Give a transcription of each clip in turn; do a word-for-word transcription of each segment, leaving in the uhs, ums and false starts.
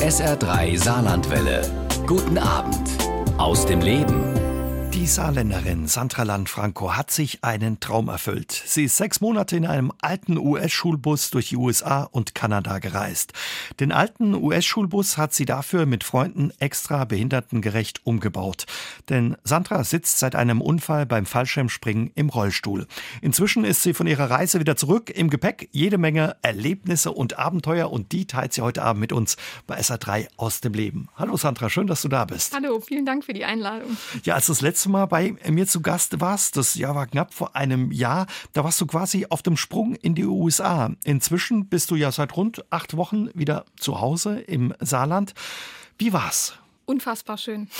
S R drei Saarlandwelle. Guten Abend aus dem Leben. Die Saarländerin Sandra Lanfranco hat sich einen Traum erfüllt. Sie ist sechs Monate in einem alten U S-Schulbus durch die U S A und Kanada gereist. Den alten U S-Schulbus hat sie dafür mit Freunden extra behindertengerecht umgebaut. Denn Sandra sitzt seit einem Unfall beim Fallschirmspringen im Rollstuhl. Inzwischen ist sie von ihrer Reise wieder zurück. Im Gepäck jede Menge Erlebnisse und Abenteuer, und die teilt sie heute Abend mit uns bei S R drei aus dem Leben. Hallo Sandra, schön, dass du da bist. Hallo, vielen Dank für die Einladung. Ja, als das letzte Mal bei mir zu Gast warst, das Jahr war knapp vor einem Jahr, da warst du quasi auf dem Sprung in die U S A. Inzwischen bist du ja seit rund acht Wochen wieder zu Hause im Saarland. Wie war's? Unfassbar schön.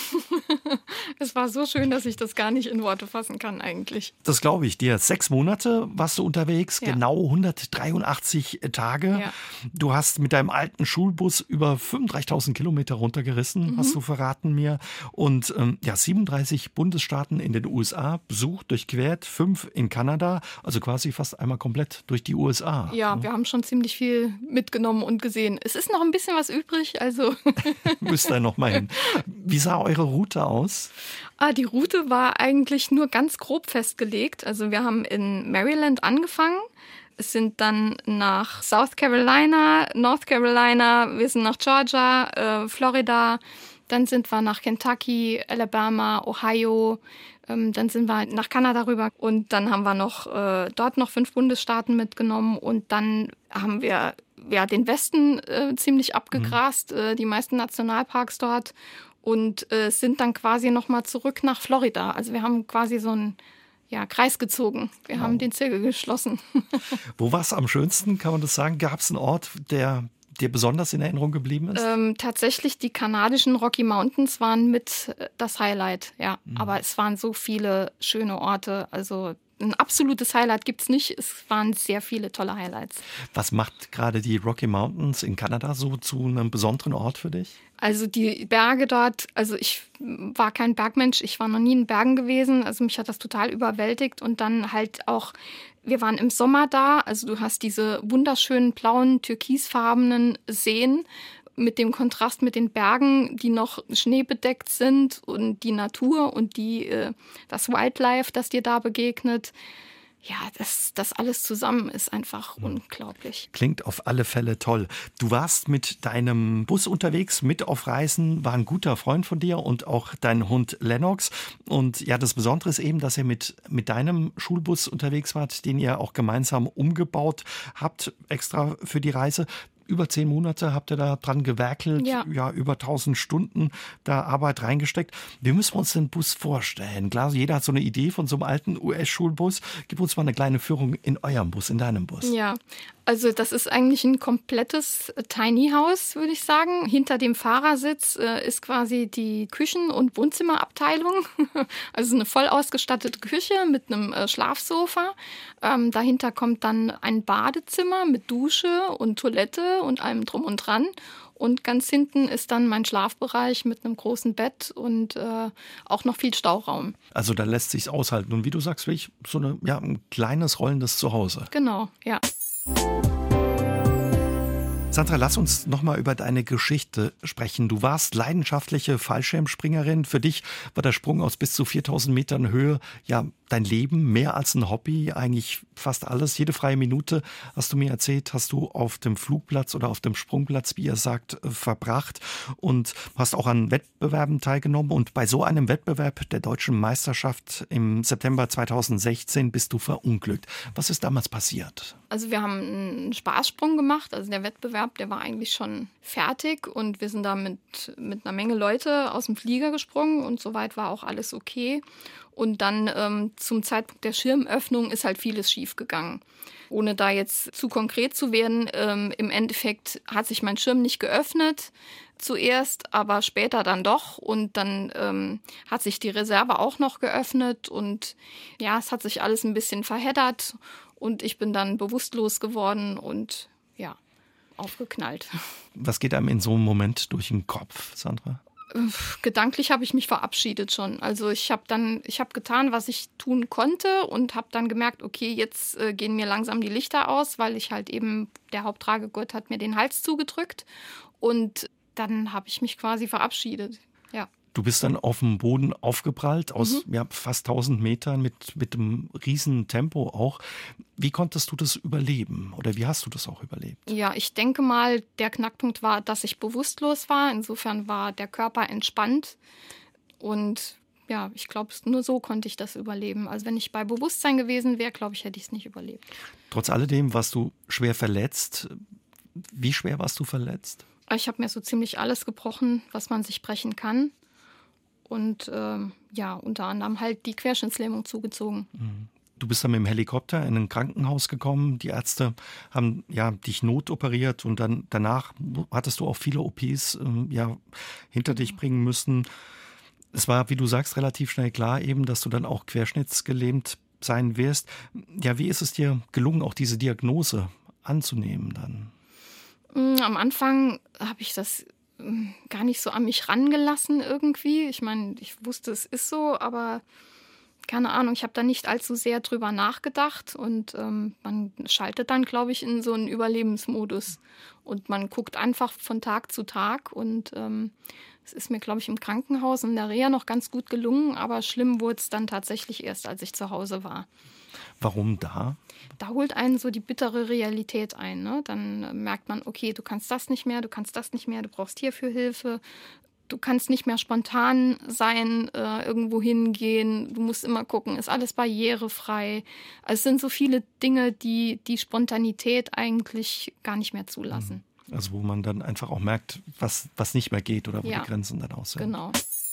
Es war so schön, dass ich das gar nicht in Worte fassen kann eigentlich. Das glaube ich dir. Sechs Monate warst du unterwegs, Ja. genau hundertdreiundachtzig Tage. Ja. Du hast mit deinem alten Schulbus über fünfunddreißigtausend Kilometer runtergerissen, Mhm. hast du verraten mir. Und ähm, ja, siebenunddreißig Bundesstaaten in den U S A besucht, durchquert, fünf in Kanada, also quasi fast einmal komplett durch die U S A. Ja, wir haben schon ziemlich viel mitgenommen und gesehen. Es ist noch ein bisschen was übrig, also Müsst ihr noch mal hin. Wie sah eure Route aus? ah, die Route war eigentlich nur ganz grob festgelegt. Also wir haben in Maryland angefangen, es sind dann nach South Carolina, North Carolina, wir sind nach Georgia, äh, Florida, dann sind wir nach Kentucky, Alabama, Ohio, ähm, dann sind wir nach Kanada rüber und dann haben wir noch äh, dort noch fünf Bundesstaaten mitgenommen und dann haben wir ja den Westen äh, ziemlich abgegrast, mhm. äh, die meisten Nationalparks dort und äh, sind dann quasi nochmal zurück nach Florida. Also wir haben quasi so einen ja, Kreis gezogen. Wir Wow. haben den Zirkel geschlossen. Wo war es am schönsten, kann man das sagen? Gab es einen Ort, der dir besonders in Erinnerung geblieben ist? Ähm, tatsächlich, die kanadischen Rocky Mountains waren mit äh, das Highlight, ja. Mhm. Aber es waren so viele schöne Orte, also ein absolutes Highlight gibt's nicht. Es waren sehr viele tolle Highlights. Was macht gerade die Rocky Mountains in Kanada so zu einem besonderen Ort für dich? Also die Berge dort, also ich war kein Bergmensch, ich war noch nie in Bergen gewesen, also mich hat das total überwältigt und dann halt auch, wir waren im Sommer da, also du hast diese wunderschönen blauen, türkisfarbenen Seen mit dem Kontrast mit den Bergen, die noch schneebedeckt sind und die Natur und die, äh, das Wildlife, das dir da begegnet. Ja, das, das alles zusammen ist einfach hm. unglaublich. Klingt auf alle Fälle toll. Du warst mit deinem Bus unterwegs, mit auf Reisen, war ein guter Freund von dir und auch dein Hund Lennox. Und ja, das Besondere ist eben, dass ihr mit, mit deinem Schulbus unterwegs wart, den ihr auch gemeinsam umgebaut habt, extra für die Reise. Über zehn Monate habt ihr da dran gewerkelt, ja. ja, über tausend Stunden da Arbeit reingesteckt. Wie müssen wir uns den Bus vorstellen? Klar, jeder hat so eine Idee von so einem alten U S-Schulbus. Gib uns mal eine kleine Führung in eurem Bus, in deinem Bus. Ja, also das ist eigentlich ein komplettes Tiny House, würde ich sagen. Hinter dem Fahrersitz äh, ist quasi die Küchen- und Wohnzimmerabteilung. Also eine voll ausgestattete Küche mit einem äh, Schlafsofa. Ähm, dahinter kommt dann ein Badezimmer mit Dusche und Toilette und allem drum und dran. Und ganz hinten ist dann mein Schlafbereich mit einem großen Bett und äh, auch noch viel Stauraum. Also da lässt sich's aushalten. Und wie du sagst, wirklich so eine, ja, ein kleines rollendes Zuhause. Genau, ja. Sandra, lass uns noch mal über deine Geschichte sprechen. Du warst leidenschaftliche Fallschirmspringerin. Für dich war der Sprung aus bis zu viertausend Metern Höhe ja dein Leben, mehr als ein Hobby, eigentlich fast alles. Jede freie Minute, hast du mir erzählt, hast du auf dem Flugplatz oder auf dem Sprungplatz, wie ihr sagt, verbracht und hast auch an Wettbewerben teilgenommen. Und bei so einem Wettbewerb der Deutschen Meisterschaft im September zweitausendsechzehn bist du verunglückt. Was ist damals passiert? Also wir haben einen Spaßsprung gemacht, also der Wettbewerb, der war eigentlich schon fertig und wir sind da mit, mit einer Menge Leute aus dem Flieger gesprungen und soweit war auch alles okay. Und dann ähm, zum Zeitpunkt der Schirmöffnung ist halt vieles schief gegangen. Ohne da jetzt zu konkret zu werden, ähm, im Endeffekt hat sich mein Schirm nicht geöffnet zuerst, aber später dann doch. Und dann ähm, hat sich die Reserve auch noch geöffnet und ja, es hat sich alles ein bisschen verheddert und ich bin dann bewusstlos geworden und ja, aufgeknallt. Was geht einem in so einem Moment durch den Kopf, Sandra? Gedanklich habe ich mich verabschiedet schon. Also ich habe dann, ich habe getan, was ich tun konnte und habe dann gemerkt, okay, jetzt äh, gehen mir langsam die Lichter aus, weil ich halt eben, der Hauptragegurt hat mir den Hals zugedrückt und dann habe ich mich quasi verabschiedet. Ja. Du bist dann auf dem Boden aufgeprallt aus mhm. ja, fast tausend Metern mit, mit einem riesen Tempo auch. Wie konntest du das überleben oder wie hast du das auch überlebt? Ja, ich denke mal, der Knackpunkt war, dass ich bewusstlos war. Insofern war der Körper entspannt und ja, ich glaube, nur so konnte ich das überleben. Also wenn ich bei Bewusstsein gewesen wäre, glaube ich, hätte ich es nicht überlebt. Trotz alledem warst du schwer verletzt. Wie schwer warst du verletzt? Ich habe mir so ziemlich alles gebrochen, was man sich brechen kann. Und ähm, ja, unter anderem halt die Querschnittslähmung zugezogen. Du bist dann mit dem Helikopter in ein Krankenhaus gekommen. Die Ärzte haben ja dich notoperiert und dann danach hattest du auch viele O Ps ähm, ja, hinter dich bringen müssen. Es war, wie du sagst, relativ schnell klar eben, dass du dann auch querschnittsgelähmt sein wirst. Ja, wie ist es dir gelungen, auch diese Diagnose anzunehmen dann? Am Anfang habe ich das gar nicht so an mich rangelassen irgendwie. Ich meine, ich wusste, es ist so, aber keine Ahnung, ich habe da nicht allzu sehr drüber nachgedacht und ähm, man schaltet dann, glaube ich, in so einen Überlebensmodus und man guckt einfach von Tag zu Tag und ähm, es ist mir, glaube ich, im Krankenhaus in der Reha noch ganz gut gelungen, aber schlimm wurde es dann tatsächlich erst, als ich zu Hause war. Warum da? Da holt einen so die bittere Realität ein. Ne? Dann merkt man, okay, du kannst das nicht mehr, du kannst das nicht mehr, du brauchst hierfür Hilfe. Du kannst nicht mehr spontan sein, äh, irgendwo hingehen. Du musst immer gucken, ist alles barrierefrei. Also es sind so viele Dinge, die die Spontanität eigentlich gar nicht mehr zulassen. Also wo man dann einfach auch merkt, was, was nicht mehr geht oder wo ja, die Grenzen dann aus sind. Genau.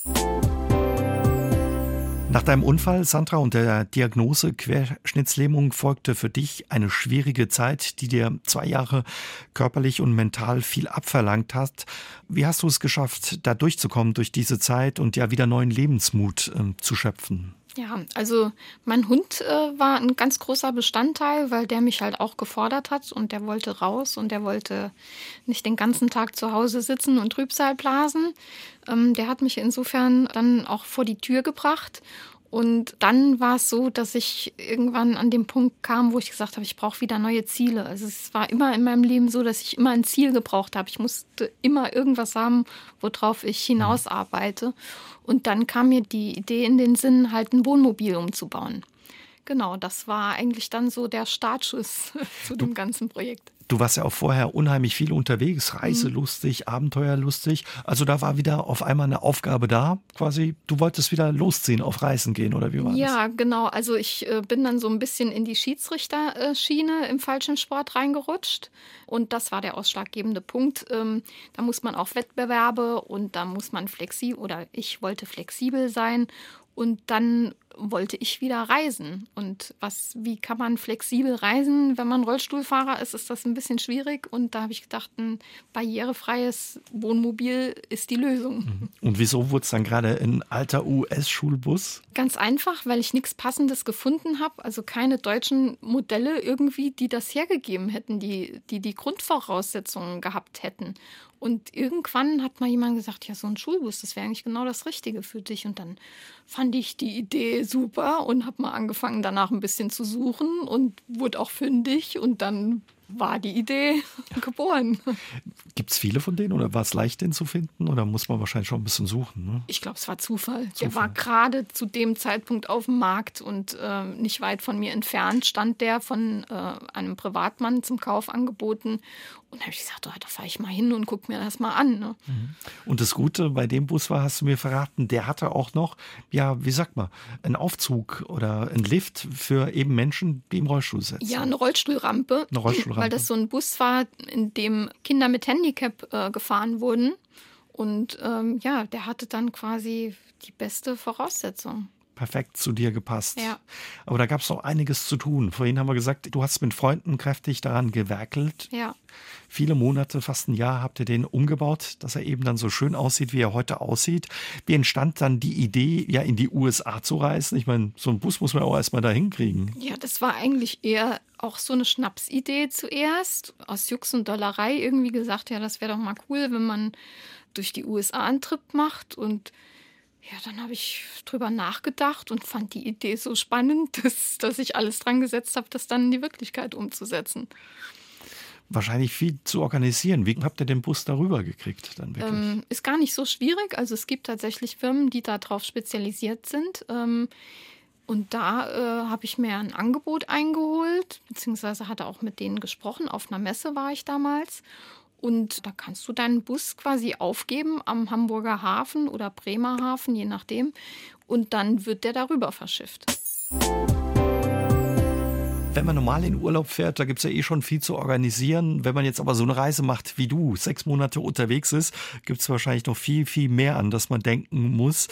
Nach deinem Unfall, Sandra, und der Diagnose Querschnittslähmung folgte für dich eine schwierige Zeit, die dir zwei Jahre körperlich und mental viel abverlangt hat. Wie hast du es geschafft, da durchzukommen durch diese Zeit und ja wieder neuen Lebensmut äh, zu schöpfen? Ja, also mein Hund äh, war ein ganz großer Bestandteil, weil der mich halt auch gefordert hat und der wollte raus und der wollte nicht den ganzen Tag zu Hause sitzen und Trübsal blasen. Ähm, der hat mich insofern dann auch vor die Tür gebracht. Und dann war es so, dass ich irgendwann an dem Punkt kam, wo ich gesagt habe, ich brauche wieder neue Ziele. Also es war immer in meinem Leben so, dass ich immer ein Ziel gebraucht habe. Ich musste immer irgendwas haben, worauf ich hinaus arbeite. Und dann kam mir die Idee in den Sinn, halt ein Wohnmobil umzubauen. Genau, das war eigentlich dann so der Startschuss zu dem ganzen Projekt. Du warst ja auch vorher unheimlich viel unterwegs, reiselustig, mhm. abenteuerlustig. Also da war wieder auf einmal eine Aufgabe da, quasi. Du wolltest wieder losziehen, auf Reisen gehen, oder wie war das? Ja, genau. Also ich äh, bin dann so ein bisschen in die Schiedsrichterschiene im Fallschirmsport reingerutscht. Und das war der ausschlaggebende Punkt. Ähm, da muss man auf Wettbewerbe und da muss man flexibel, oder ich wollte flexibel sein. Und dann wollte ich wieder reisen. Und was, wie kann man flexibel reisen? Wenn man Rollstuhlfahrer ist, ist das ein bisschen schwierig. Und da habe ich gedacht, ein barrierefreies Wohnmobil ist die Lösung. Und wieso wurde es dann gerade ein alter U S-Schulbus? Ganz einfach, weil ich nichts Passendes gefunden habe. Also keine deutschen Modelle irgendwie, die das hergegeben hätten, die die, die Grundvoraussetzungen gehabt hätten. Und irgendwann hat mal jemand gesagt, ja, so ein Schulbus, das wäre eigentlich genau das Richtige für dich. Und dann fand ich die Idee super und habe mal angefangen, danach ein bisschen zu suchen und wurde auch fündig. Und dann war die Idee geboren. Gibt es viele von denen oder war es leicht, den zu finden? Oder muss man wahrscheinlich schon ein bisschen suchen? Ne? Ich glaube, es war Zufall. Zufall. Der war gerade zu dem Zeitpunkt auf dem Markt und äh, nicht weit von mir entfernt stand der von äh, einem Privatmann zum Kauf angeboten. Und da habe ich gesagt, oh, da fahre ich mal hin und gucke mir das mal an. Ne? Und das Gute bei dem Bus war, hast du mir verraten, der hatte auch noch, ja, wie sagt man, einen Aufzug oder einen Lift für eben Menschen, die im Rollstuhl sitzen. Ja, eine Rollstuhlrampe. Eine Rollstuhlrampe. Weil das so ein Bus war, in dem Kinder mit Handicap äh, gefahren wurden. Und ähm, ja, der hatte dann quasi die beste Voraussetzung. Perfekt zu dir gepasst. Ja. Aber da gab es noch einiges zu tun. Vorhin haben wir gesagt, du hast mit Freunden kräftig daran gewerkelt. Ja. Viele Monate, fast ein Jahr habt ihr den umgebaut, dass er eben dann so schön aussieht, wie er heute aussieht. Wie entstand dann die Idee, ja in die U S A zu reisen? Ich meine, so einen Bus muss man auch erstmal da hinkriegen. Ja, das war eigentlich eher auch so eine Schnapsidee zuerst. Aus Jux und Dollerei irgendwie gesagt, ja, das wäre doch mal cool, wenn man durch die U S A einen Trip macht. Und ja, dann habe ich drüber nachgedacht und fand die Idee so spannend, dass, dass ich alles dran gesetzt habe, das dann in die Wirklichkeit umzusetzen. wahrscheinlich viel zu organisieren. Wie habt ihr den Bus darüber gekriegt dann wirklich? Ähm, ist gar nicht so schwierig. Also es gibt tatsächlich Firmen, die darauf spezialisiert sind. Ähm, und da äh, habe ich mir ein Angebot eingeholt, beziehungsweise hatte auch mit denen gesprochen. Auf einer Messe war ich damals. Und da kannst du deinen Bus quasi aufgeben am Hamburger Hafen oder Bremer Hafen, je nachdem. Und dann wird der darüber verschifft. Wenn man normal in Urlaub fährt, da gibt es ja eh schon viel zu organisieren. Wenn man jetzt aber so eine Reise macht wie du, sechs Monate unterwegs ist, gibt es wahrscheinlich noch viel, viel mehr, an das man denken muss.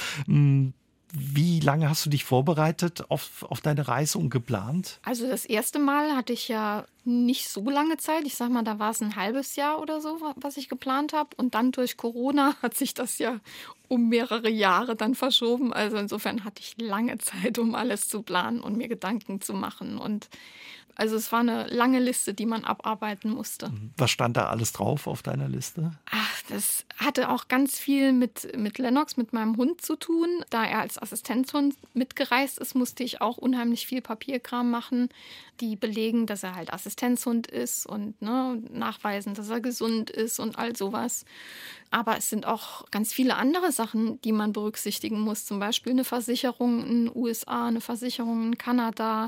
Wie lange hast du dich vorbereitet auf, auf deine Reise und geplant? Also das erste Mal hatte ich ja nicht so lange Zeit. Ich sag mal, da war es ein halbes Jahr oder so, was ich geplant habe. Und dann durch Corona hat sich das ja um mehrere Jahre dann verschoben. Also insofern hatte ich lange Zeit, um alles zu planen und mir Gedanken zu machen. Und also es war eine lange Liste, die man abarbeiten musste. Was stand da alles drauf auf deiner Liste? Ach, das hatte auch ganz viel mit, mit Lennox, mit meinem Hund zu tun. Da er als Assistenzhund mitgereist ist, musste ich auch unheimlich viel Papierkram machen, die belegen, dass er halt Assistenzhund ist und ne, nachweisen, dass er gesund ist und all sowas. Aber es sind auch ganz viele andere Sachen, die man berücksichtigen muss. Zum Beispiel eine Versicherung in den U S A, eine Versicherung in Kanada.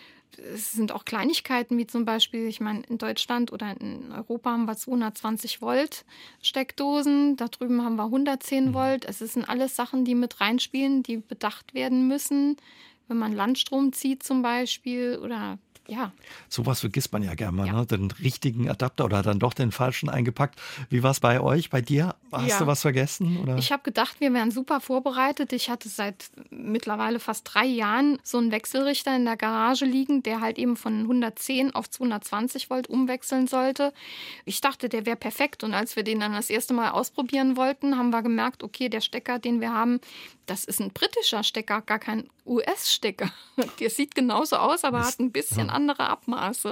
Es sind auch Kleinigkeiten, wie zum Beispiel, ich meine, in Deutschland oder in Europa haben wir zweihundertzwanzig Volt Steckdosen, da drüben haben wir hundertzehn Volt. Es sind alles Sachen, die mit reinspielen, die bedacht werden müssen, wenn man Landstrom zieht zum Beispiel oder ja. Sowas vergisst man ja gerne mal, Ja. ne? Den richtigen Adapter oder dann doch den falschen eingepackt. Wie war es bei euch, bei dir? Hast Ja. du was vergessen? Oder? Ich habe gedacht, wir wären super vorbereitet. Ich hatte seit mittlerweile fast drei Jahren so einen Wechselrichter in der Garage liegen, der halt eben von hundertzehn auf zweihundertzwanzig Volt umwechseln sollte. Ich dachte, der wäre perfekt. Und als wir den dann das erste Mal ausprobieren wollten, haben wir gemerkt, okay, der Stecker, den wir haben, das ist ein britischer Stecker, gar kein U S-Stecker. Der sieht genauso aus, aber hat ein bisschen ja. andere Abmaße.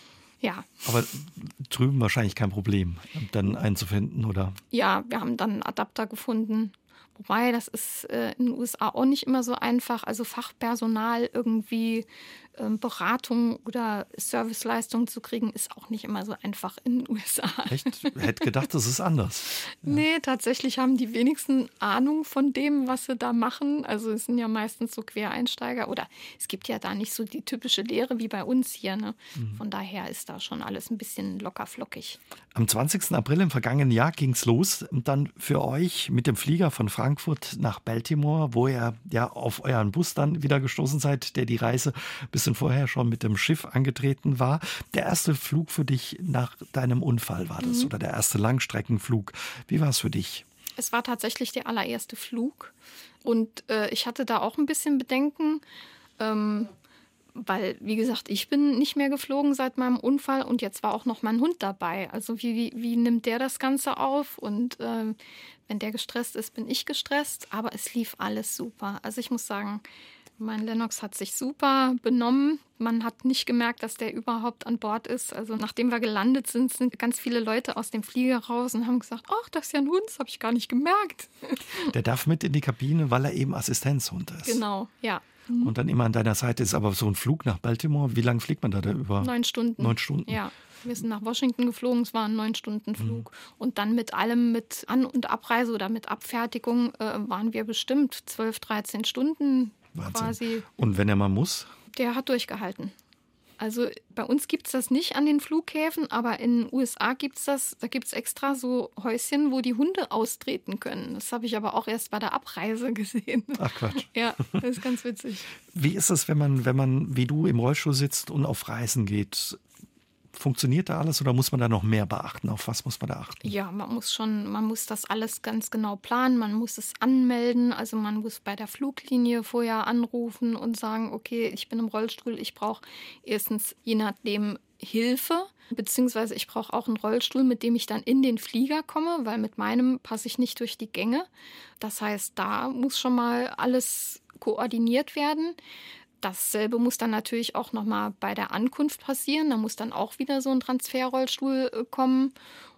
Ja. Aber drüben wahrscheinlich kein Problem, dann einzufinden, oder? Ja, wir haben dann einen Adapter gefunden. Wobei, das ist äh, in den U S A auch nicht immer so einfach. Also Fachpersonal irgendwie ähm, Beratung oder Serviceleistung zu kriegen, ist auch nicht immer so einfach in den U S A. Echt? Hätte gedacht, das ist anders. Ja. Nee, tatsächlich haben die wenigsten Ahnung von dem, was sie da machen. Also es sind ja meistens so Quereinsteiger oder es gibt ja da nicht so die typische Lehre wie bei uns hier. Ne? Mhm. Von daher ist da schon alles ein bisschen locker flockig. Am zwanzigsten April im vergangenen Jahr ging es los, dann für euch mit dem Flieger von Frankfurt nach Baltimore, wo ihr ja auf euren Bus dann wieder gestoßen seid, der die Reise ein bisschen vorher schon mit dem Schiff angetreten war. Der erste Flug für dich nach deinem Unfall war das, mhm. oder der erste Langstreckenflug. Wie war es für dich? Es war tatsächlich der allererste Flug und äh, ich hatte da auch ein bisschen Bedenken, ähm, weil, wie gesagt, ich bin nicht mehr geflogen seit meinem Unfall und jetzt war auch noch mein Hund dabei. Also wie, wie, wie nimmt der das Ganze auf? Und äh, wenn der gestresst ist, bin ich gestresst. Aber es lief alles super. Also ich muss sagen, mein Lennox hat sich super benommen. Man hat nicht gemerkt, dass der überhaupt an Bord ist. Also nachdem wir gelandet sind, sind ganz viele Leute aus dem Flieger raus und haben gesagt, ach, das ist ja ein Hund, das habe ich gar nicht gemerkt. Der darf mit in die Kabine, weil er eben Assistenzhund ist. Genau, ja. Und dann immer an deiner Seite ist aber so ein Flug nach Baltimore. Wie lange fliegt man da, da über? Neun Stunden. Neun Stunden? Ja, wir sind nach Washington geflogen, es war ein Neun-Stunden-Flug. Mhm. Und dann mit allem, mit An- und Abreise oder mit Abfertigung, äh, waren wir bestimmt zwölf, dreizehn Stunden Wahnsinn. Quasi. Und wenn er mal muss? Der hat durchgehalten. Also bei uns gibt es das nicht an den Flughäfen, aber in den U S A gibt es das, da gibt es extra so Häuschen, wo die Hunde austreten können. Das habe ich aber auch erst bei der Abreise gesehen. Ach Quatsch. Ja, das ist ganz witzig. Wie ist es, wenn man, wenn man wie du im Rollstuhl sitzt und auf Reisen geht? Funktioniert da alles oder muss man da noch mehr beachten? Auf was muss man da achten? Ja, man muss schon, man muss das alles ganz genau planen. Man muss es anmelden. Also man muss bei der Fluglinie vorher anrufen und sagen, okay, ich bin im Rollstuhl, ich brauche erstens je nachdem Hilfe, beziehungsweise ich brauche auch einen Rollstuhl, mit dem ich dann in den Flieger komme, weil mit meinem passe ich nicht durch die Gänge. Das heißt, da muss schon mal alles koordiniert werden. Dasselbe muss dann natürlich auch nochmal bei der Ankunft passieren. Da muss dann auch wieder so ein Transferrollstuhl äh, kommen.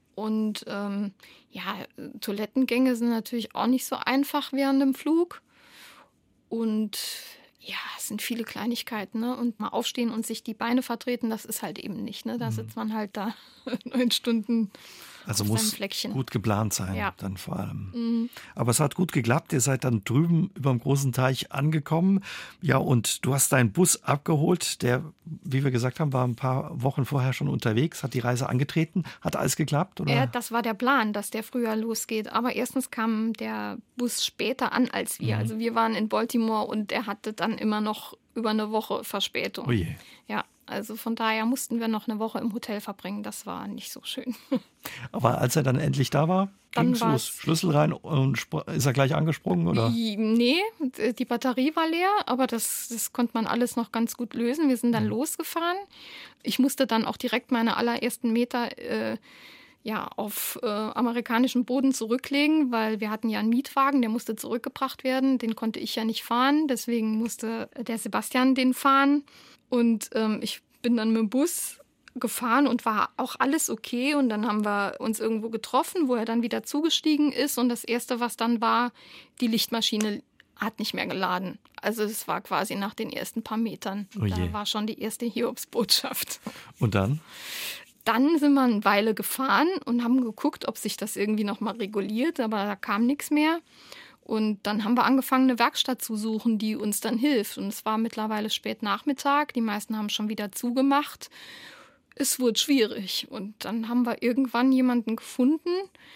Und ähm, ja, Toilettengänge sind natürlich auch nicht so einfach während dem Flug. Und Ja, es sind viele Kleinigkeiten, ne? Und mal aufstehen und sich die Beine vertreten, das ist halt eben nicht, ne? Da sitzt man halt da neun Stunden Also auf muss seinem Fleckchen. gut geplant sein, Ja. dann vor allem. Mhm. Aber es hat gut geklappt. Ihr seid dann drüben über dem großen Teich angekommen. Ja, und du hast deinen Bus abgeholt. Der, wie wir gesagt haben, war ein paar Wochen vorher schon unterwegs, hat die Reise angetreten. Hat alles geklappt, oder? Ja, das war der Plan, dass der früher losgeht. Aber erstens kam der Bus später an als wir. Mhm. Also wir waren in Baltimore und der hatte dann immer noch über eine Woche Verspätung. Oh je. Ja, also von daher mussten wir noch eine Woche im Hotel verbringen. Das war nicht so schön. Aber als er dann endlich da war, Dann ging's los. war's- Schlüssel rein und spr- ist er gleich angesprungen, oder? I- Nee, die Batterie war leer, aber das, das konnte man alles noch ganz gut lösen. Wir sind dann losgefahren. Ich musste dann auch direkt meine allerersten Meter äh, ja, auf äh, amerikanischem Boden zurücklegen, weil wir hatten ja einen Mietwagen, der musste zurückgebracht werden. Den konnte ich ja nicht fahren, deswegen musste der Sebastian den fahren. Und ähm, ich bin dann mit dem Bus gefahren und war auch alles okay. Und dann haben wir uns irgendwo getroffen, wo er dann wieder zugestiegen ist. Und das Erste, was dann war, die Lichtmaschine hat nicht mehr geladen. Also es war quasi nach den ersten paar Metern. Oh je. Da war schon die erste Hiobsbotschaft. Und dann? Dann sind wir eine Weile gefahren und haben geguckt, ob sich das irgendwie nochmal reguliert, aber da kam nichts mehr. Und dann haben wir angefangen, eine Werkstatt zu suchen, die uns dann hilft. Und es war mittlerweile spät Nachmittag, die meisten haben schon wieder zugemacht. Es wurde schwierig. Und dann haben wir irgendwann jemanden gefunden.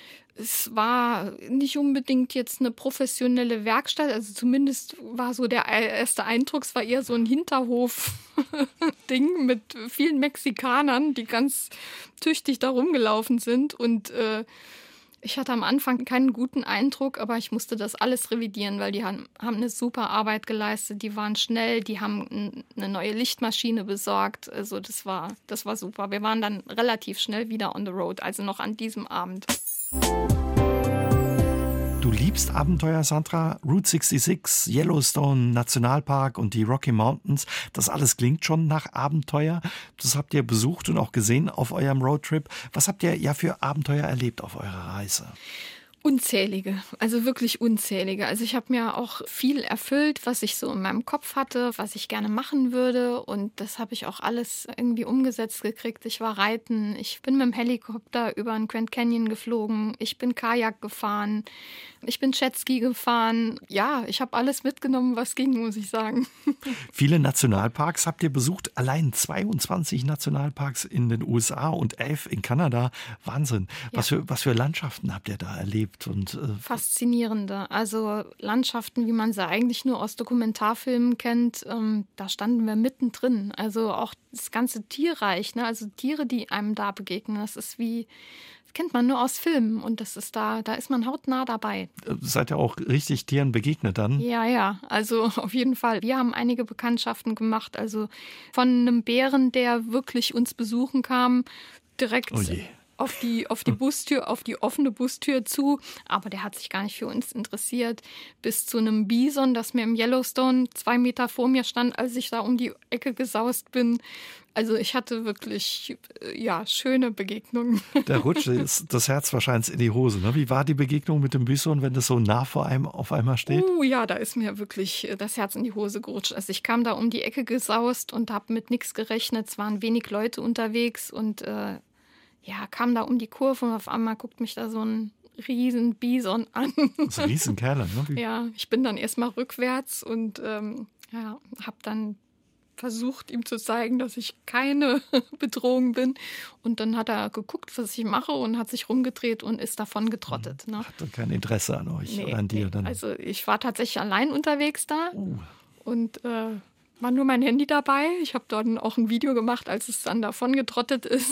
Es war nicht unbedingt jetzt eine professionelle Werkstatt, also zumindest war so der erste Eindruck, es war eher so ein Hinterhof-Ding mit vielen Mexikanern, die ganz tüchtig da rumgelaufen sind. Und äh, ich hatte am Anfang keinen guten Eindruck, aber ich musste das alles revidieren, weil die haben, haben eine super Arbeit geleistet, die waren schnell, die haben n- eine neue Lichtmaschine besorgt. Also das war, das war super. Wir waren dann relativ schnell wieder on the road, also noch an diesem Abend. Du liebst Abenteuer, Sandra. Route sechsundsechzig, Yellowstone Nationalpark und die Rocky Mountains. Das alles klingt schon nach Abenteuer. Das habt ihr besucht und auch gesehen auf eurem Roadtrip. Was habt ihr ja für Abenteuer erlebt auf eurer Reise? Unzählige, also wirklich unzählige. Also ich habe mir auch viel erfüllt, was ich so in meinem Kopf hatte, was ich gerne machen würde. Und das habe ich auch alles irgendwie umgesetzt gekriegt. Ich war reiten, ich bin mit dem Helikopter über den Grand Canyon geflogen, ich bin Kajak gefahren, ich bin Jetski gefahren. Ja, ich habe alles mitgenommen, was ging, muss ich sagen. Viele Nationalparks habt ihr besucht. Allein zweiundzwanzig Nationalparks in den U S A und elf in Kanada. Wahnsinn. Was, Ja. für, was für Landschaften habt ihr da erlebt? Und, äh, Faszinierende. Also Landschaften, wie man sie eigentlich nur aus Dokumentarfilmen kennt, ähm, da standen wir mittendrin. Also auch das ganze Tierreich, ne? Also Tiere, die einem da begegnen, das ist wie, das kennt man nur aus Filmen und das ist da, da ist man hautnah dabei. seid ihr auch richtig Tieren begegnet dann? Ja, ja, also auf jeden Fall. Wir haben einige Bekanntschaften gemacht, also von einem Bären, der wirklich uns besuchen kam, direkt Oh je. auf die, auf die Bustür, auf die offene Bustür zu, aber der hat sich gar nicht für uns interessiert, bis zu einem Bison, das mir im Yellowstone zwei Meter vor mir stand, als ich da um die Ecke gesaust bin. Also ich hatte wirklich, äh, ja, schöne Begegnungen. Da rutscht ist das Herz wahrscheinlich in die Hose. Ne? Wie war die Begegnung mit dem Bison, wenn das so nah vor einem auf einmal steht? Uh, ja, da ist mir wirklich äh, das Herz in die Hose gerutscht. Also ich kam da um die Ecke gesaust und habe mit nichts gerechnet. Es waren wenig Leute unterwegs und äh, ja, kam da um die Kurve und auf einmal guckt mich da so ein riesen Bison an. So Riesenkerle, ne? Wie- Ja, ich bin dann erstmal rückwärts und ähm, ja, habe dann versucht, ihm zu zeigen, dass ich keine Bedrohung bin. Und dann hat er geguckt, was ich mache und hat sich rumgedreht und ist davon getrottet. Ne? Hat dann kein Interesse an euch Nee, oder an dir. nee. Dann. Also ich war tatsächlich allein unterwegs da Uh. und äh, war nur mein Handy dabei. Ich habe dort auch ein Video gemacht, als es dann davon getrottet ist.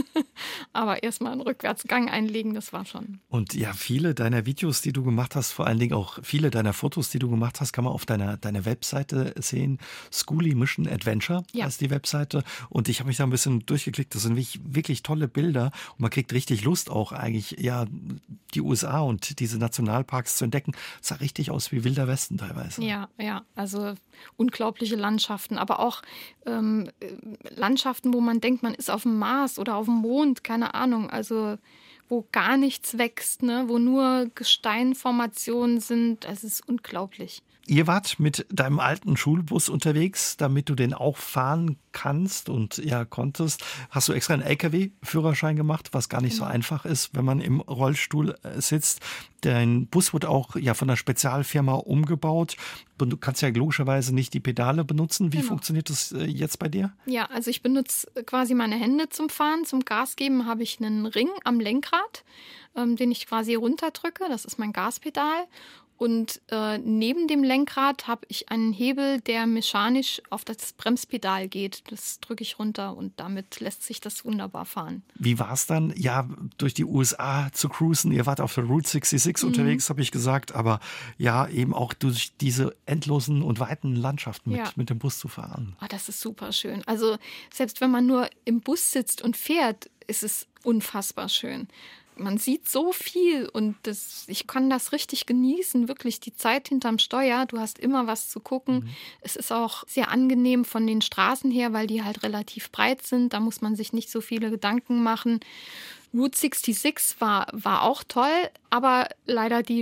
Aber erstmal einen Rückwärtsgang einlegen, das war schon. Und ja, viele deiner Videos, die du gemacht hast, vor allen Dingen auch viele deiner Fotos, die du gemacht hast, kann man auf deiner, deiner Webseite sehen. Schoolie Mission Adventure Ja. heißt die Webseite. Und ich habe mich da ein bisschen durchgeklickt. Das sind wirklich, wirklich tolle Bilder. Und man kriegt richtig Lust auch eigentlich, ja, die U S A und diese Nationalparks zu entdecken. Es sah richtig aus wie Wilder Westen teilweise. Ja, ja, also unglaubliche Landschaften, aber auch ähm, Landschaften, wo man denkt, man ist auf dem Mars oder auf dem Mond, keine Ahnung, also wo gar nichts wächst, ne? Wo nur Gesteinformationen sind, es ist unglaublich. Ihr wart mit deinem alten Schulbus unterwegs, damit du den auch fahren kannst und ja konntest. Hast du extra einen L K W-Führerschein gemacht, was gar nicht genau. so einfach ist, wenn man im Rollstuhl sitzt. Dein Bus wurde auch ja von einer Spezialfirma umgebaut. Du kannst ja logischerweise nicht die Pedale benutzen. Wie genau. funktioniert das jetzt bei dir? Ja, also ich benutze quasi meine Hände zum Fahren. Zum Gas geben habe ich einen Ring am Lenkrad, ähm, den ich quasi runterdrücke. Das ist mein Gaspedal. Und äh, neben dem Lenkrad habe ich einen Hebel, der mechanisch auf das Bremspedal geht. Das drücke ich runter und damit lässt sich das wunderbar fahren. Wie war es dann, ja, durch die U S A zu cruisen? Ihr wart auf der Route sechsundsechzig mhm. unterwegs, habe ich gesagt. Aber ja, eben auch durch diese endlosen und weiten Landschaften mit, ja. mit dem Bus zu fahren. Oh, das ist super schön. Also selbst wenn man nur im Bus sitzt und fährt, ist es unfassbar schön. Man sieht so viel und das, ich kann das richtig genießen, wirklich die Zeit hinterm Steuer. Du hast immer was zu gucken. Mhm. Es ist auch sehr angenehm von den Straßen her, weil die halt relativ breit sind. Da muss man sich nicht so viele Gedanken machen. Route sechsundsechzig war, war auch toll, aber leider die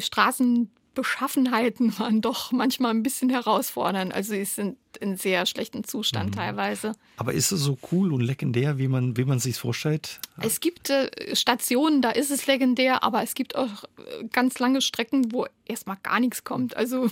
Straßenbeschaffenheiten waren doch manchmal ein bisschen herausfordernd. Also sie sind in sehr schlechtem Zustand mhm. teilweise. Aber ist es so cool und legendär, wie man, wie man sich vorstellt? Es gibt äh, Stationen, da ist es legendär, aber es gibt auch äh, ganz lange Strecken, wo erstmal gar nichts kommt. Also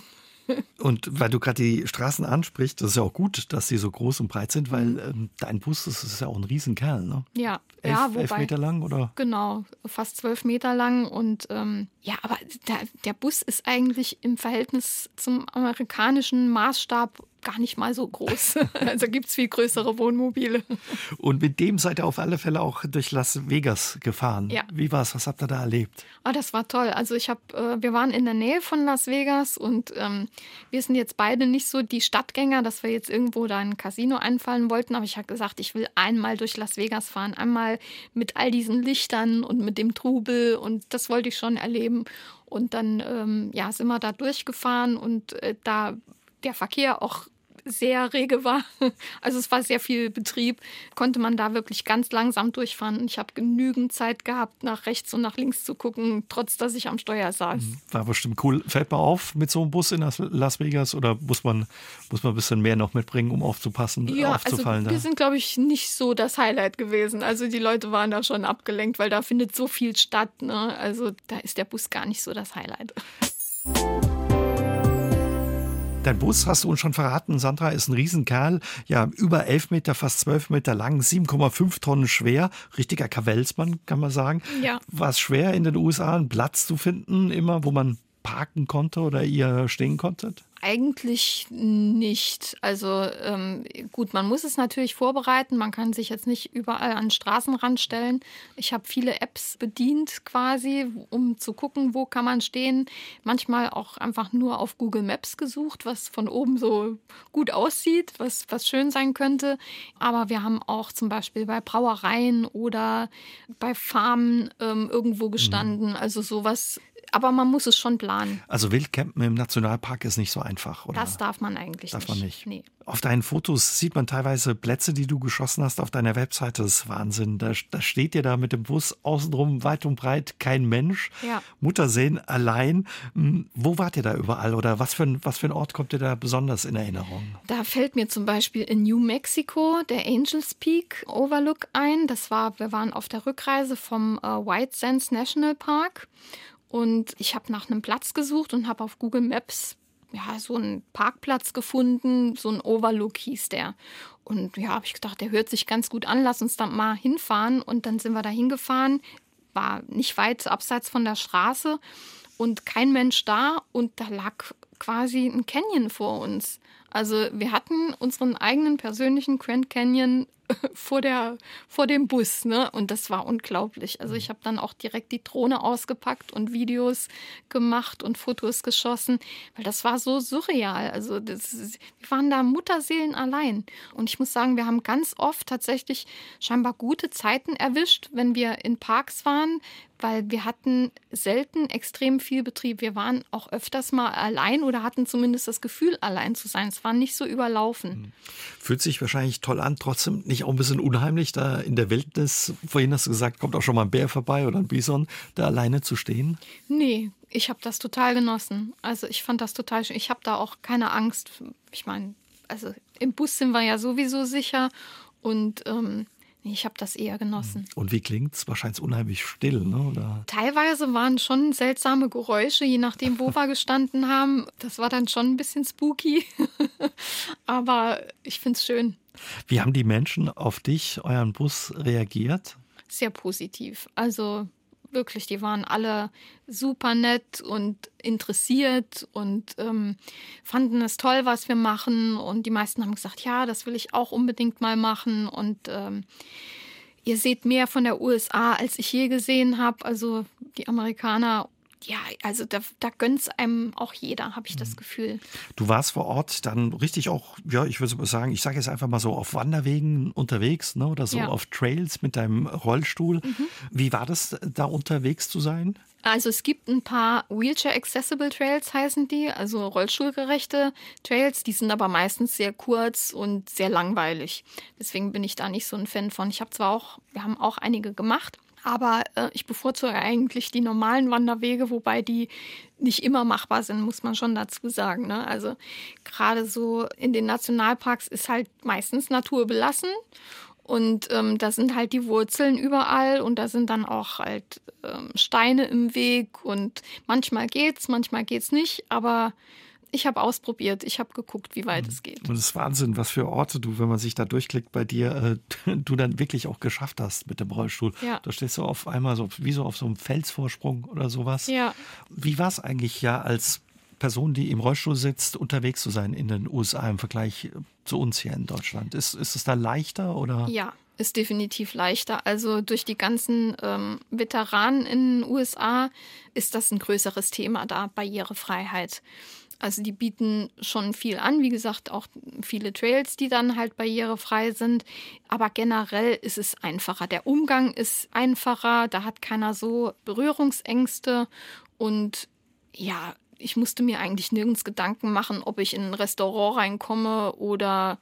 und weil du gerade die Straßen ansprichst, das ist ja auch gut, dass sie so groß und breit sind, weil ähm, dein Bus, das ist ja auch ein Riesenkerl, ne? Ja, elf, ja, wobei, elf Meter lang, oder? Genau, fast zwölf Meter lang. Und ähm, ja, aber der, der Bus ist eigentlich im Verhältnis zum amerikanischen Maßstab gar nicht mal so groß. Also gibt es viel größere Wohnmobile. Und mit dem seid ihr auf alle Fälle auch durch Las Vegas gefahren. Ja. Wie war es? Was habt ihr da erlebt? Oh, das war toll. Also ich habe, äh, wir waren in der Nähe von Las Vegas und ähm, wir sind jetzt beide nicht so die Stadtgänger, dass wir jetzt irgendwo da in ein Casino einfallen wollten. Aber ich habe gesagt, ich will einmal durch Las Vegas fahren. Einmal mit all diesen Lichtern und mit dem Trubel. Und das wollte ich schon erleben. Und dann ähm, ja, sind wir da durchgefahren und äh, da der Verkehr auch sehr rege war. Also es war sehr viel Betrieb. Konnte man da wirklich ganz langsam durchfahren. Ich habe genügend Zeit gehabt, nach rechts und nach links zu gucken, trotz dass ich am Steuer saß. War bestimmt cool. Fällt man auf mit so einem Bus in Las Vegas oder muss man, muss man ein bisschen mehr noch mitbringen, um aufzupassen, ja, aufzufallen? Also wir sind, glaube ich, nicht so das Highlight gewesen. Also die Leute waren da schon abgelenkt, weil da findet so viel statt. Ne? Also da ist der Bus gar nicht so das Highlight. Dein Bus, hast du uns schon verraten, Sandra, ist ein Riesenkerl. Ja, über elf Meter, fast zwölf Meter lang, sieben Komma fünf Tonnen schwer. Richtiger Kavellsmann, kann man sagen. Ja. War es schwer, in den U S A einen Platz zu finden, immer, wo man parken konnte oder ihr stehen konntet? Eigentlich nicht. Also ähm, gut, man muss es natürlich vorbereiten. Man kann sich jetzt nicht überall an den Straßenrand stellen. Ich habe viele Apps bedient quasi, um zu gucken, wo kann man stehen. Manchmal auch einfach nur auf Google Maps gesucht, was von oben so gut aussieht, was, was schön sein könnte. Aber wir haben auch zum Beispiel bei Brauereien oder bei Farmen ähm, irgendwo gestanden. Mhm. Also sowas. Aber man muss es schon planen. Also Wildcampen im Nationalpark ist nicht so einfach, oder? Das darf man eigentlich darf nicht. Man nicht. Nee. Auf deinen Fotos sieht man teilweise Plätze, die du geschossen hast auf deiner Webseite. Das ist Wahnsinn. Da, da steht ihr da mit dem Bus außenrum weit und breit kein Mensch. Ja. Mutterseen allein. Wo wart ihr da überall oder was für, ein, was für ein Ort kommt dir da besonders in Erinnerung? Da fällt mir zum Beispiel in New Mexico der Angels Peak Overlook ein. Das war, wir waren auf der Rückreise vom äh, White Sands National Park. Und ich habe nach einem Platz gesucht und habe auf Google Maps ja, so einen Parkplatz gefunden, so ein Overlook hieß der. Und ja, habe ich gedacht, der hört sich ganz gut an, lass uns da mal hinfahren. Und dann sind wir da hingefahren, war nicht weit abseits von der Straße und kein Mensch da. Und da lag quasi ein Canyon vor uns. Also wir hatten unseren eigenen persönlichen Grand Canyon vor der vor dem Bus, ne? Und das war unglaublich. Also ich habe dann auch direkt die Drohne ausgepackt und Videos gemacht und Fotos geschossen, weil das war so surreal. Also das, wir waren da Mutterseelen allein. Und ich muss sagen, wir haben ganz oft tatsächlich scheinbar gute Zeiten erwischt, wenn wir in Parks waren, weil wir hatten selten extrem viel Betrieb. Wir waren auch öfters mal allein oder hatten zumindest das Gefühl, allein zu sein. Es war nicht so überlaufen. Fühlt sich wahrscheinlich toll an, trotzdem nicht nicht auch ein bisschen unheimlich, da in der Wildnis, vorhin hast du gesagt, kommt auch schon mal ein Bär vorbei oder ein Bison, da alleine zu stehen? Nee, ich habe das total genossen. Also ich fand das total schön. Ich habe da auch keine Angst. Ich meine, also im Bus sind wir ja sowieso sicher und ähm, nee, ich habe das eher genossen. Und wie klingt's? Wahrscheinlich unheimlich still, ne? Oder? Teilweise waren schon seltsame Geräusche, je nachdem, wo wir gestanden haben. Das war dann schon ein bisschen spooky. Aber ich finde es schön. Wie haben die Menschen auf dich, euren Bus, reagiert? Sehr positiv. Also wirklich, die waren alle super nett und interessiert und ähm, fanden es toll, was wir machen. Und die meisten haben gesagt, ja, das will ich auch unbedingt mal machen. Und ähm, ihr seht mehr von der U S A, als ich je gesehen habe. Also die Amerikaner, ja, also da, da gönnt es einem auch jeder, habe ich das Gefühl. Du warst vor Ort dann richtig auch, ja, ich würde sagen, ich sage jetzt einfach mal so auf Wanderwegen unterwegs, ne, oder so Ja. auf Trails mit deinem Rollstuhl. Mhm. Wie war das, da unterwegs zu sein? Also es gibt ein paar Wheelchair-Accessible Trails, heißen die, also rollstuhlgerechte Trails. Die sind aber meistens sehr kurz und sehr langweilig. Deswegen bin ich da nicht so ein Fan von. Ich habe zwar auch, wir haben auch einige gemacht, aber äh, ich bevorzuge eigentlich die normalen Wanderwege, wobei die nicht immer machbar sind, muss man schon dazu sagen. Ne? Also gerade so in den Nationalparks ist halt meistens Natur belassen. Und ähm, da sind halt die Wurzeln überall und da sind dann auch halt ähm, Steine im Weg und manchmal geht's, manchmal geht's nicht, aber ich habe ausprobiert, ich habe geguckt, wie weit es geht. Und es ist Wahnsinn, was für Orte du, wenn man sich da durchklickt bei dir, äh, du dann wirklich auch geschafft hast mit dem Rollstuhl. Ja. Da stehst du auf einmal so wie so auf so einem Felsvorsprung oder sowas. Ja. Wie war es eigentlich ja als Person, die im Rollstuhl sitzt, unterwegs zu sein in den U S A im Vergleich zu uns hier in Deutschland? Ist, ist es da leichter oder? Ja, ist definitiv leichter. Also durch die ganzen ähm, Veteranen in den U S A ist das ein größeres Thema da, Barrierefreiheit. Also die bieten schon viel an, wie gesagt, auch viele Trails, die dann halt barrierefrei sind. Aber generell ist es einfacher. Der Umgang ist einfacher, da hat keiner so Berührungsängste. Und ja, ich musste mir eigentlich nirgends Gedanken machen, ob ich in ein Restaurant reinkomme oder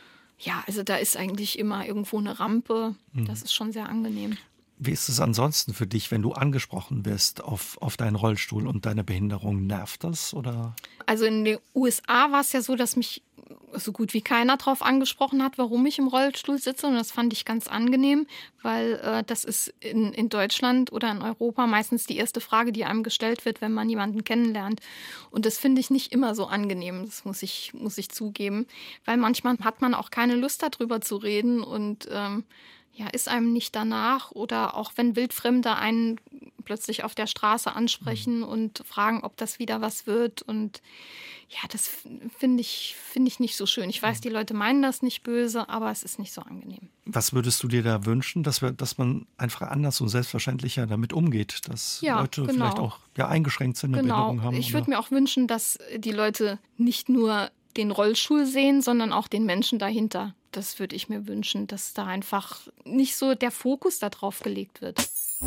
ja, also da ist eigentlich immer irgendwo eine Rampe. Das ist schon sehr angenehm. Wie ist es ansonsten für dich, wenn du angesprochen wirst auf, auf deinen Rollstuhl und deine Behinderung? Nervt das oder? Also in den U S A war es ja so, dass mich so gut wie keiner drauf angesprochen hat, warum ich im Rollstuhl sitze. Und das fand ich ganz angenehm, weil äh, das ist in, in Deutschland oder in Europa meistens die erste Frage, die einem gestellt wird, wenn man jemanden kennenlernt. Und das finde ich nicht immer so angenehm, das muss ich, muss ich zugeben. Weil manchmal hat man auch keine Lust darüber zu reden und ähm, ja, ist einem nicht danach. Oder auch wenn Wildfremde einen plötzlich auf der Straße ansprechen mhm. und fragen, ob das wieder was wird. Und ja, das finde ich, finde ich nicht so schön. Ich weiß, die Leute meinen das nicht böse, aber es ist nicht so angenehm. Was würdest du dir da wünschen, dass, wir, dass man einfach anders und selbstverständlicher damit umgeht? Dass ja, Leute genau. vielleicht auch ja, eingeschränkt sind, eine genau. Behinderung haben? Ich würde mir auch wünschen, dass die Leute nicht nur den Rollstuhl sehen, sondern auch den Menschen dahinter. Das würde ich mir wünschen, dass da einfach nicht so der Fokus darauf gelegt wird.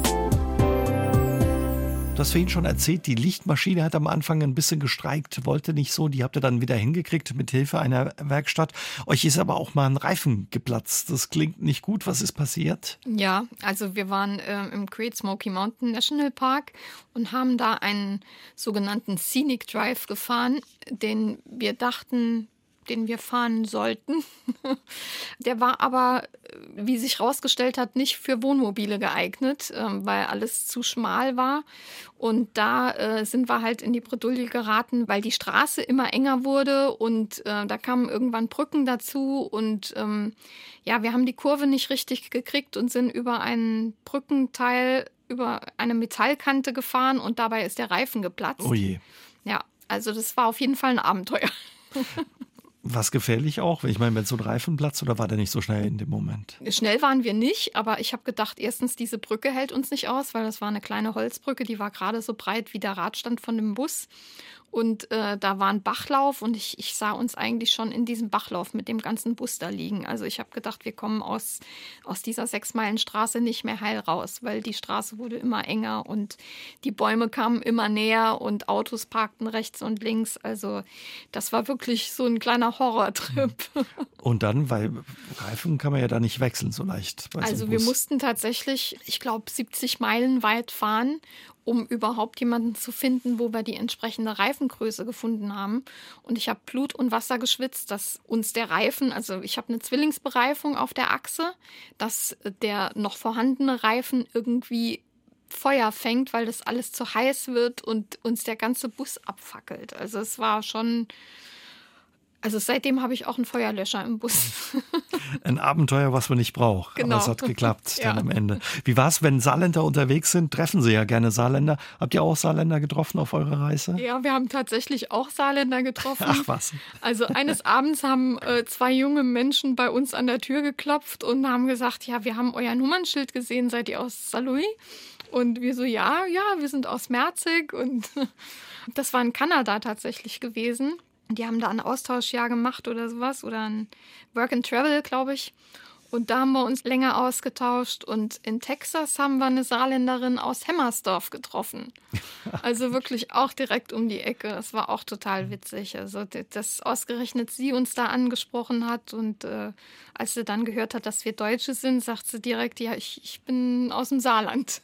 Du hast vorhin schon erzählt, die Lichtmaschine hat am Anfang ein bisschen gestreikt, wollte nicht so. Die habt ihr dann wieder hingekriegt mit Hilfe einer Werkstatt. Euch ist aber auch mal ein Reifen geplatzt. Das klingt nicht gut. Was ist passiert? Ja, also wir waren äh, im Great Smoky Mountain National Park und haben da einen sogenannten Scenic Drive gefahren, den wir dachten, den wir fahren sollten. Der war aber, wie sich herausgestellt hat, nicht für Wohnmobile geeignet, weil alles zu schmal war. Und da äh, sind wir halt in die Bredouille geraten, weil die Straße immer enger wurde und äh, da kamen irgendwann Brücken dazu. Und ähm, ja, wir haben die Kurve nicht richtig gekriegt und sind über einen Brückenteil, über eine Metallkante gefahren und dabei ist der Reifen geplatzt. Oh je. Ja, also das war auf jeden Fall ein Abenteuer. Was gefährlich auch? Ich meine, wenn so ein Reifen platzt, oder war der nicht so schnell in dem Moment? Schnell waren wir nicht, aber ich habe gedacht, erstens, diese Brücke hält uns nicht aus, weil das war eine kleine Holzbrücke, die war gerade so breit wie der Radstand von dem Bus. Und äh, da war ein Bachlauf und ich, ich sah uns eigentlich schon in diesem Bachlauf mit dem ganzen Bus da liegen. Also ich habe gedacht, wir kommen aus, aus dieser Sechsmeilenstraße nicht mehr heil raus, weil die Straße wurde immer enger und die Bäume kamen immer näher und Autos parkten rechts und links. Also das war wirklich so ein kleiner Horrortrip. Und dann, weil Reifen kann man ja da nicht wechseln so leicht. Bei Also so einem wir Bus. mussten tatsächlich, ich glaube, siebzig Meilen weit fahren, um überhaupt jemanden zu finden, wo wir die entsprechende Reifengröße gefunden haben. Und ich habe Blut und Wasser geschwitzt, dass uns der Reifen, also ich habe eine Zwillingsbereifung auf der Achse, dass der noch vorhandene Reifen irgendwie Feuer fängt, weil das alles zu heiß wird und uns der ganze Bus abfackelt. Also es war schon... Also seitdem habe ich auch einen Feuerlöscher im Bus. Ein Abenteuer, was man nicht braucht. Genau. Aber es hat geklappt Ja. dann am Ende. Wie war es, wenn Saarländer unterwegs sind? Treffen Sie ja gerne Saarländer. Habt ihr auch Saarländer getroffen auf eurer Reise? Ja, wir haben tatsächlich auch Saarländer getroffen. Ach was. Also eines Abends haben äh, zwei junge Menschen bei uns an der Tür geklopft und haben gesagt, ja, wir haben euer Nummernschild gesehen, seid ihr aus Saarlouis? Und wir so, ja, ja, wir sind aus Merzig. Und das war in Kanada tatsächlich gewesen. Die haben da ein Austauschjahr gemacht oder sowas oder ein Work and Travel, glaube ich. Und da haben wir uns länger ausgetauscht. Und in Texas haben wir eine Saarländerin aus Hemmersdorf getroffen. Also wirklich auch direkt um die Ecke. Das war auch total witzig. Also, dass ausgerechnet sie uns da angesprochen hat. Und äh, als sie dann gehört hat, dass wir Deutsche sind, sagt sie direkt, ja, ich, ich bin aus dem Saarland.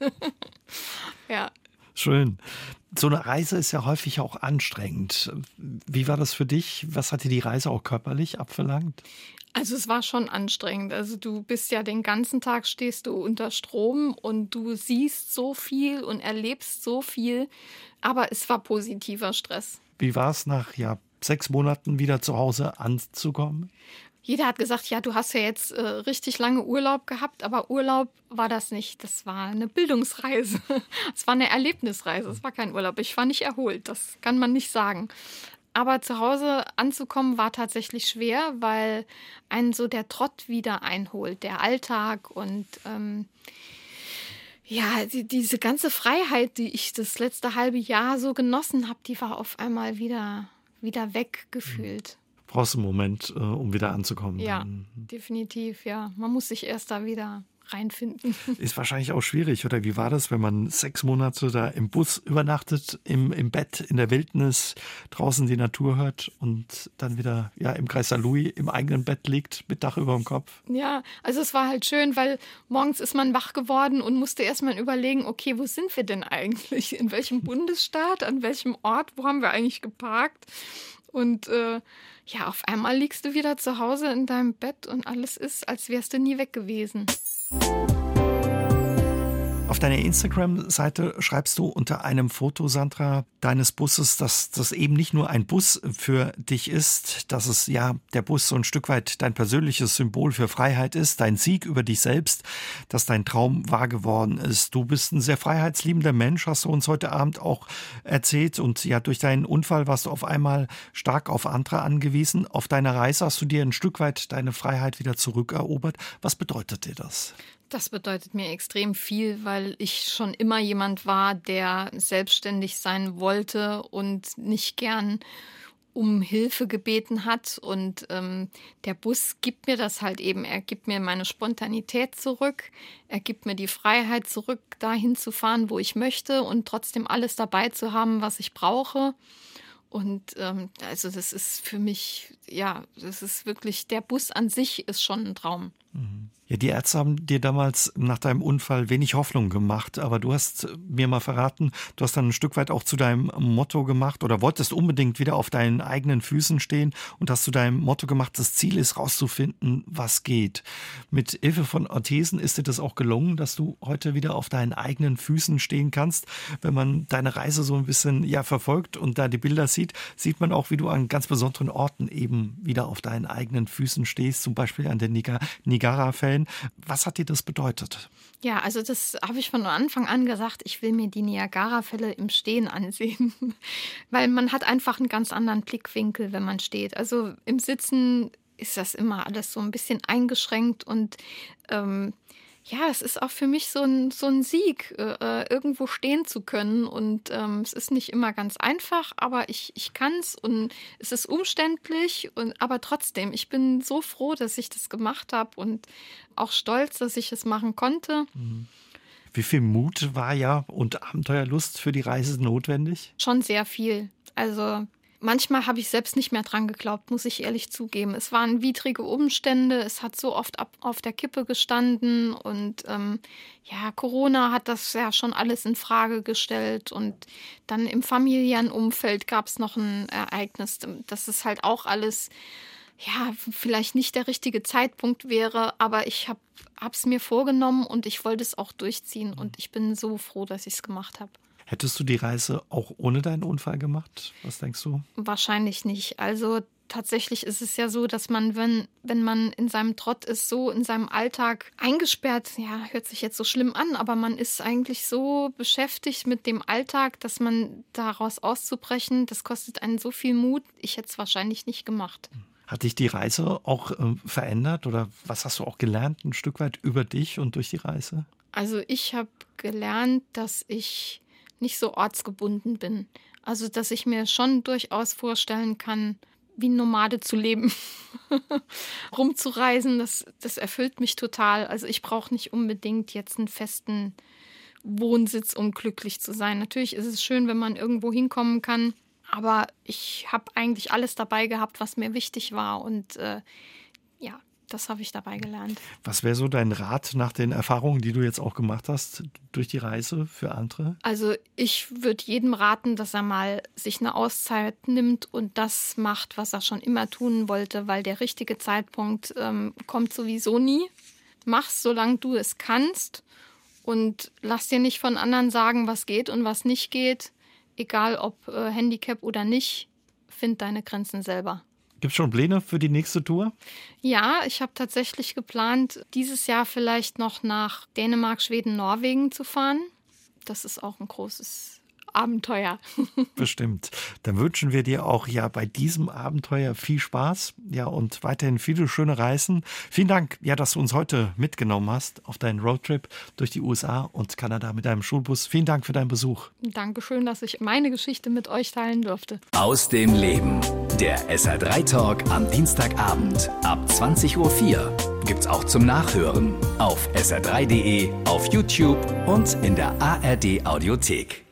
Ja. Schön. So eine Reise ist ja häufig auch anstrengend. Wie war das für dich? Was hat dir die Reise auch körperlich abverlangt? Also es war schon anstrengend. Also du bist ja den ganzen Tag, stehst du unter Strom und du siehst so viel und erlebst so viel. Aber es war positiver Stress. Wie war es nach ja, sechs Monaten wieder zu Hause anzukommen? Jeder hat gesagt, ja, du hast ja jetzt äh, richtig lange Urlaub gehabt, aber Urlaub war das nicht. Das war eine Bildungsreise. Es war eine Erlebnisreise. Es war kein Urlaub. Ich war nicht erholt. Das kann man nicht sagen. Aber zu Hause anzukommen war tatsächlich schwer, weil einen so der Trott wieder einholt, der Alltag und ähm, ja, die, diese ganze Freiheit, die ich das letzte halbe Jahr so genossen habe, die war auf einmal wieder, wieder weggefühlt. Brauchst du einen Moment, um wieder anzukommen. Ja, Dann definitiv, ja. Man muss sich erst da wieder reinfinden. ist wahrscheinlich auch schwierig, oder wie war das, wenn man sechs Monate da im Bus übernachtet, im, im Bett, in der Wildnis, draußen die Natur hört und dann wieder ja, im Kreis Saarlouis im eigenen Bett liegt, mit Dach über dem Kopf? Ja, also es war halt schön, weil morgens ist man wach geworden und musste erstmal überlegen, okay, wo sind wir denn eigentlich? In welchem Bundesstaat? An welchem Ort? Wo haben wir eigentlich geparkt? Und äh, ja, auf einmal liegst du wieder zu Hause in deinem Bett und alles ist, als wärst du nie weg gewesen. Auf deiner Instagram-Seite schreibst du unter einem Foto, Sandra, deines Busses, dass das eben nicht nur ein Bus für dich ist, dass es ja der Bus so ein Stück weit dein persönliches Symbol für Freiheit ist, dein Sieg über dich selbst, dass dein Traum wahr geworden ist. Du bist ein sehr freiheitsliebender Mensch, hast du uns heute Abend auch erzählt. Und ja, durch deinen Unfall warst du auf einmal stark auf andere angewiesen. Auf deiner Reise hast du dir ein Stück weit deine Freiheit wieder zurückerobert. Was bedeutet dir das? Das bedeutet mir extrem viel, weil ich schon immer jemand war, der selbstständig sein wollte und nicht gern um Hilfe gebeten hat. Und ähm, der Bus gibt mir das halt eben. Er gibt mir meine Spontanität zurück. Er gibt mir die Freiheit zurück, dahin zu fahren, wo ich möchte und trotzdem alles dabei zu haben, was ich brauche. Und ähm, also das ist für mich, ja, das ist wirklich, der Bus an sich ist schon ein Traum. Ja, die Ärzte haben dir damals nach deinem Unfall wenig Hoffnung gemacht, aber du hast mir mal verraten, du hast dann ein Stück weit auch zu deinem Motto gemacht oder wolltest unbedingt wieder auf deinen eigenen Füßen stehen und hast zu deinem Motto gemacht, das Ziel ist rauszufinden, was geht. Mit Hilfe von Orthesen ist dir das auch gelungen, dass du heute wieder auf deinen eigenen Füßen stehen kannst. Wenn man deine Reise so ein bisschen ja verfolgt und da die Bilder sieht, sieht man auch, wie du an ganz besonderen Orten eben wieder auf deinen eigenen Füßen stehst, zum Beispiel an den Niagara-Fällen. Was hat dir das bedeutet? Ja, also das habe ich von Anfang an gesagt, ich will mir die Niagara-Fälle im Stehen ansehen, weil man hat einfach einen ganz anderen Blickwinkel, wenn man steht. Also im Sitzen ist das immer alles so ein bisschen eingeschränkt und ähm, ja, es ist auch für mich so ein, so ein Sieg, äh, irgendwo stehen zu können. Und ähm, es ist nicht immer ganz einfach, aber ich, ich kann es und es ist umständlich. Und, aber trotzdem, ich bin so froh, dass ich das gemacht habe und auch stolz, dass ich es machen konnte. Mhm. Wie viel Mut war ja und Abenteuerlust für die Reise notwendig? Schon sehr viel. Also manchmal habe ich selbst nicht mehr dran geglaubt, muss ich ehrlich zugeben. Es waren widrige Umstände, es hat so oft ab, auf der Kippe gestanden und ähm, ja, Corona hat das ja schon alles in Frage gestellt und dann im familiären Umfeld gab es noch ein Ereignis, das ist halt auch alles, ja, vielleicht nicht der richtige Zeitpunkt wäre, aber ich habe es mir vorgenommen und ich wollte es auch durchziehen und ich bin so froh, dass ich es gemacht habe. Hättest du die Reise auch ohne deinen Unfall gemacht? Was denkst du? Wahrscheinlich nicht. Also tatsächlich ist es ja so, dass man, wenn, wenn man in seinem Trott ist, so in seinem Alltag eingesperrt, ja, hört sich jetzt so schlimm an, aber man ist eigentlich so beschäftigt mit dem Alltag, dass man daraus auszubrechen, das kostet einen so viel Mut. Ich hätte es wahrscheinlich nicht gemacht. Hat dich die Reise auch äh, verändert oder was hast du auch gelernt, ein Stück weit über dich und durch die Reise? Also ich habe gelernt, dass ich nicht so ortsgebunden bin. Also, dass ich mir schon durchaus vorstellen kann, wie ein Nomade zu leben. Rumzureisen, das, das erfüllt mich total. Also ich brauche nicht unbedingt jetzt einen festen Wohnsitz, um glücklich zu sein. Natürlich ist es schön, wenn man irgendwo hinkommen kann, aber ich habe eigentlich alles dabei gehabt, was mir wichtig war und äh, ja, das habe ich dabei gelernt. Was wäre so dein Rat nach den Erfahrungen, die du jetzt auch gemacht hast durch die Reise für andere? Also ich würde jedem raten, dass er mal sich eine Auszeit nimmt und das macht, was er schon immer tun wollte, weil der richtige Zeitpunkt ähm, kommt sowieso nie. Mach's, solange du es kannst und lass dir nicht von anderen sagen, was geht und was nicht geht. Egal ob äh, Handicap oder nicht, find deine Grenzen selber. Gibt es schon Pläne für die nächste Tour? Ja, ich habe tatsächlich geplant, dieses Jahr vielleicht noch nach Dänemark, Schweden, Norwegen zu fahren. Das ist auch ein großes Abenteuer. Bestimmt. Dann wünschen wir dir auch ja bei diesem Abenteuer viel Spaß, ja, und weiterhin viele schöne Reisen. Vielen Dank, ja, dass du uns heute mitgenommen hast auf deinen Roadtrip durch die U S A und Kanada mit deinem Schulbus. Vielen Dank für deinen Besuch. Dankeschön, dass ich meine Geschichte mit euch teilen durfte. Aus dem Leben. Der S R drei Talk am Dienstagabend ab zwanzig Uhr vier gibt's auch zum Nachhören auf S R drei Punkt de, auf YouTube und in der A R D Audiothek.